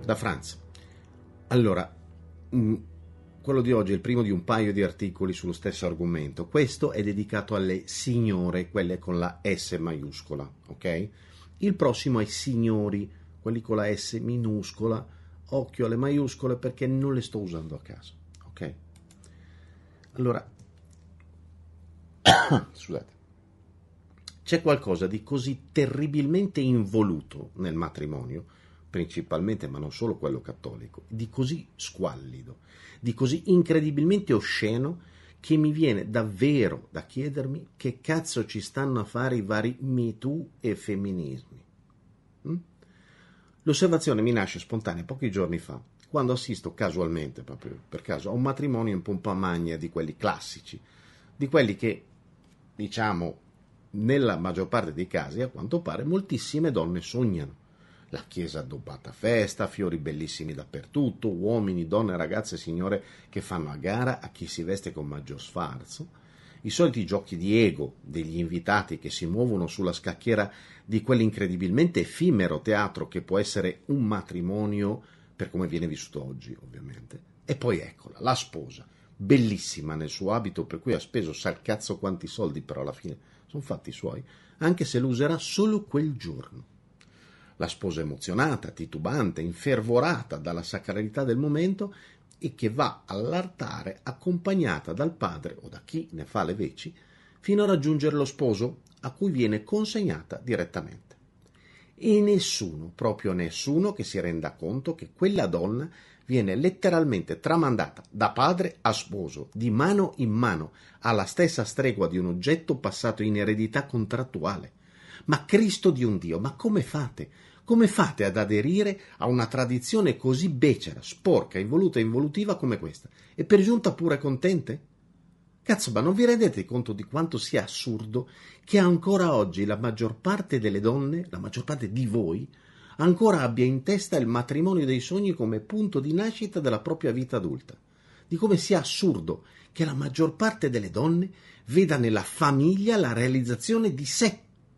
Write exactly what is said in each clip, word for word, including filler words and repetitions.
da Franz. Allora, mh, quello di oggi è il primo di un paio di articoli sullo stesso argomento. Questo è dedicato alle signore, quelle con la S maiuscola, ok? Il prossimo ai signori, quelli con la S minuscola. Occhio alle maiuscole perché non le sto usando a caso, ok? Allora, scusate, c'è qualcosa di così terribilmente involuto nel matrimonio, principalmente, ma non solo quello cattolico, di così squallido, di così incredibilmente osceno, che mi viene davvero da chiedermi che cazzo ci stanno a fare i vari Me Too e femminismi. Hm? L'osservazione mi nasce spontanea pochi giorni fa, quando assisto casualmente, proprio per caso, a un matrimonio in pompa magna di quelli classici, di quelli che, diciamo, nella maggior parte dei casi, a quanto pare, moltissime donne sognano. La chiesa addobbata a festa, fiori bellissimi dappertutto, uomini, donne, ragazze, signore che fanno a gara a chi si veste con maggior sfarzo, i soliti giochi di ego degli invitati che si muovono sulla scacchiera di quell'incredibilmente effimero teatro che può essere un matrimonio, per come viene vissuto oggi, ovviamente. E poi eccola, la sposa, bellissima nel suo abito, per cui ha speso sal cazzo quanti soldi, però alla fine sono fatti suoi, anche se lo userà solo quel giorno. La sposa emozionata, titubante, infervorata dalla sacralità del momento e che va all'altare accompagnata dal padre o da chi ne fa le veci fino a raggiungere lo sposo, a cui viene consegnata direttamente. E nessuno, proprio nessuno, che si renda conto che quella donna viene letteralmente tramandata da padre a sposo, di mano in mano, alla stessa stregua di un oggetto passato in eredità contrattuale. Ma Cristo di un Dio, ma come fate? Come fate ad aderire a una tradizione così becera, sporca, involuta e involutiva come questa? E per giunta pure contente? Cazzo, ma non vi rendete conto di quanto sia assurdo che ancora oggi la maggior parte delle donne, la maggior parte di voi, ancora abbia in testa il matrimonio dei sogni come punto di nascita della propria vita adulta? Di come sia assurdo che la maggior parte delle donne veda nella famiglia la realizzazione di sé.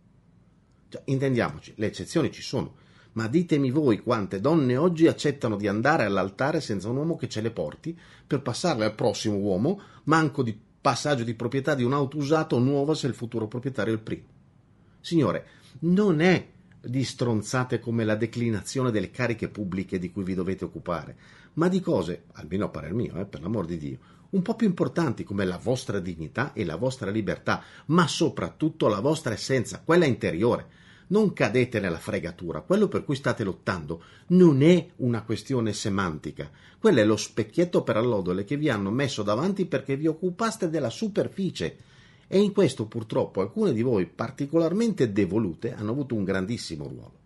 Cioè, intendiamoci, le eccezioni ci sono, ma ditemi voi quante donne oggi accettano di andare all'altare senza un uomo che ce le porti per passarle al prossimo uomo, manco di passaggio di proprietà di un'auto usata o nuova se il futuro proprietario è il primo. Signore, non è di stronzate come la declinazione delle cariche pubbliche di cui vi dovete occupare, ma di cose, almeno a parer mio, eh, per l'amor di Dio, un po' più importanti come la vostra dignità e la vostra libertà, ma soprattutto la vostra essenza, quella interiore. Non cadete nella fregatura, quello per cui state lottando non è una questione semantica, quello è lo specchietto per allodole che vi hanno messo davanti perché vi occupaste della superficie, e in questo purtroppo alcune di voi particolarmente devolute hanno avuto un grandissimo ruolo.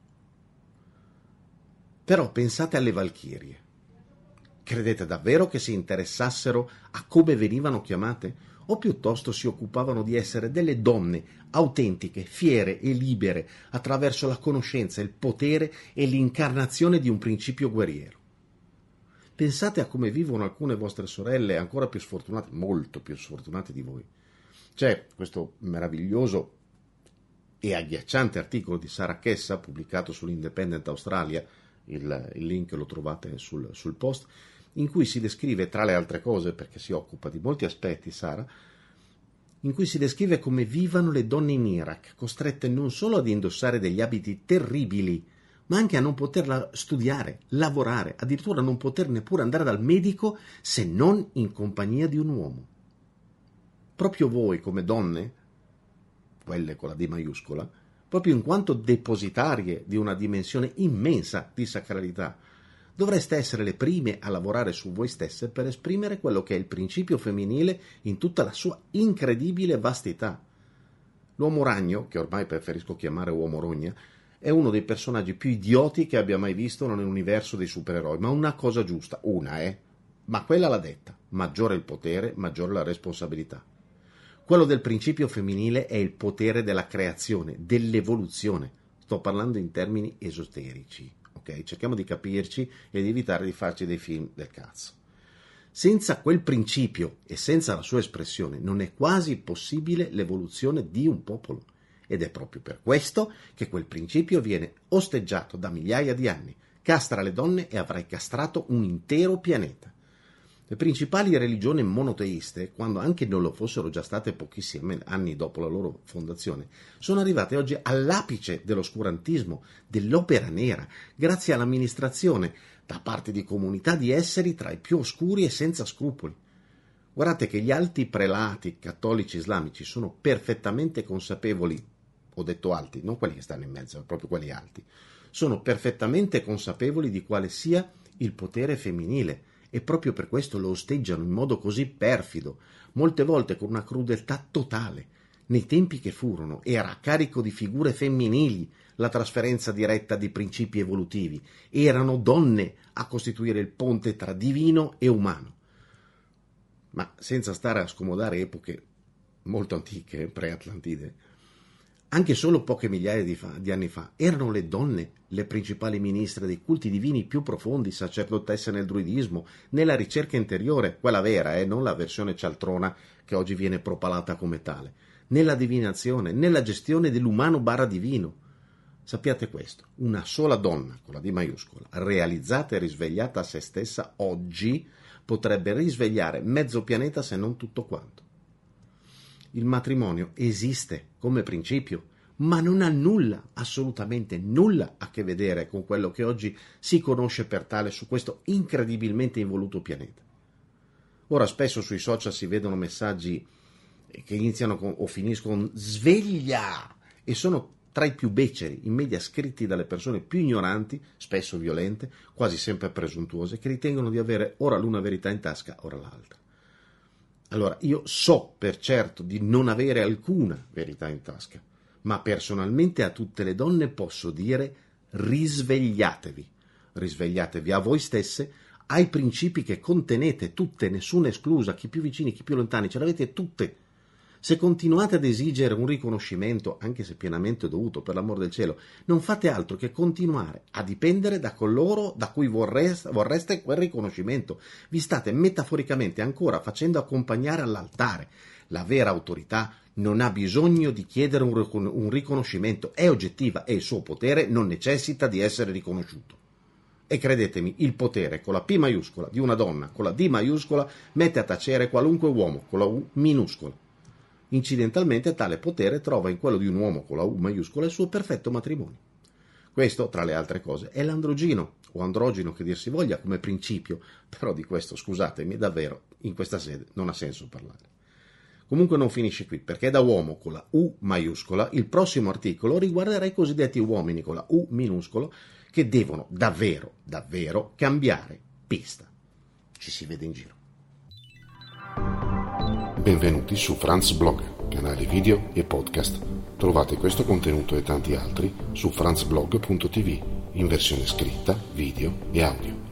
Però pensate alle Valchirie. Credete davvero che si interessassero a come venivano chiamate? O piuttosto si occupavano di essere delle donne autentiche, fiere e libere attraverso la conoscenza, il potere e l'incarnazione di un principio guerriero? Pensate a come vivono alcune vostre sorelle ancora più sfortunate, molto più sfortunate di voi. C'è questo meraviglioso e agghiacciante articolo di Sara Chessa pubblicato sull'Independent Australia, il, il link lo trovate sul, sul post, in cui si descrive, tra le altre cose, perché si occupa di molti aspetti Sara, in cui si descrive come vivano le donne in Iraq, costrette non solo ad indossare degli abiti terribili, ma anche a non poterla studiare, lavorare, addirittura non poter neppure andare dal medico se non in compagnia di un uomo. Proprio voi come donne, quelle con la D maiuscola, proprio in quanto depositarie di una dimensione immensa di sacralità, dovreste essere le prime a lavorare su voi stesse per esprimere quello che è il principio femminile in tutta la sua incredibile vastità. L'uomo ragno, che ormai preferisco chiamare uomo rogna, è uno dei personaggi più idioti che abbia mai visto nell'universo dei supereroi, ma una cosa giusta, una, eh? Ma quella l'ha detta, maggiore il potere, maggiore la responsabilità. Quello del principio femminile è il potere della creazione, dell'evoluzione. Sto parlando in termini esoterici. Okay? Cerchiamo di capirci e di evitare di farci dei film del cazzo. Senza quel principio e senza la sua espressione non è quasi possibile l'evoluzione di un popolo, ed è proprio per questo che quel principio viene osteggiato da migliaia di anni, Castra le donne e avrai castrato un intero pianeta. Le principali religioni monoteiste, quando anche non lo fossero già state pochissimi anni dopo la loro fondazione, sono arrivate oggi all'apice dell'oscurantismo, dell'opera nera, grazie all'amministrazione da parte di comunità di esseri tra i più oscuri e senza scrupoli. Guardate che gli alti prelati cattolici islamici sono perfettamente consapevoli, ho detto alti, non quelli che stanno in mezzo, proprio quelli alti, sono perfettamente consapevoli di quale sia il potere femminile, e proprio per questo lo osteggiano in modo così perfido, molte volte con una crudeltà totale. Nei tempi che furono era a carico di figure femminili la trasferenza diretta di principi evolutivi, erano donne a costituire il ponte tra divino e umano. Ma senza stare a scomodare epoche molto antiche, pre-Atlantide, anche solo poche migliaia di, fa, di anni fa, erano le donne le principali ministre dei culti divini più profondi, sacerdotesse nel druidismo, nella ricerca interiore, quella vera, eh, non la versione cialtrona che oggi viene propalata come tale, nella divinazione, nella gestione dell'umano barra divino. Sappiate questo, una sola donna, con la D maiuscola, realizzata e risvegliata a se stessa oggi, potrebbe risvegliare mezzo pianeta se non tutto quanto. Il matrimonio esiste come principio, ma non ha nulla, assolutamente nulla a che vedere con quello che oggi si conosce per tale su questo incredibilmente involuto pianeta. Ora spesso sui social si vedono messaggi che iniziano con, o finiscono con sveglia e sono tra i più beceri, in media scritti dalle persone più ignoranti, spesso violente, quasi sempre presuntuose, che ritengono di avere ora l'una verità in tasca, ora l'altra. Allora, io so per certo di non avere alcuna verità in tasca, ma personalmente a tutte le donne posso dire risvegliatevi, risvegliatevi a voi stesse, ai principi che contenete tutte, nessuna esclusa, chi più vicini, chi più lontani, ce l'avete tutte. Se continuate ad esigere un riconoscimento, anche se pienamente dovuto, per l'amor del cielo, non fate altro che continuare a dipendere da coloro da cui vorreste, vorreste quel riconoscimento. Vi state metaforicamente ancora facendo accompagnare all'altare. La vera autorità non ha bisogno di chiedere un, un riconoscimento, è oggettiva e il suo potere non necessita di essere riconosciuto. E credetemi, il potere con la P maiuscola di una donna con la D maiuscola mette a tacere qualunque uomo con la U minuscola. Incidentalmente tale potere trova in quello di un uomo con la U maiuscola il suo perfetto matrimonio. Questo, tra le altre cose, è l'androgino, o androgino che dir si voglia, come principio, però di questo, scusatemi, davvero, in questa sede non ha senso parlare. Comunque non finisce qui, perché da uomo con la U maiuscola il prossimo articolo riguarderà i cosiddetti uomini con la U minuscolo che devono davvero, davvero cambiare pista. Ci si vede in giro. Benvenuti su Franz Blog, canale video e podcast. Trovate questo contenuto e tanti altri su franzblog punto tv in versione scritta, video e audio.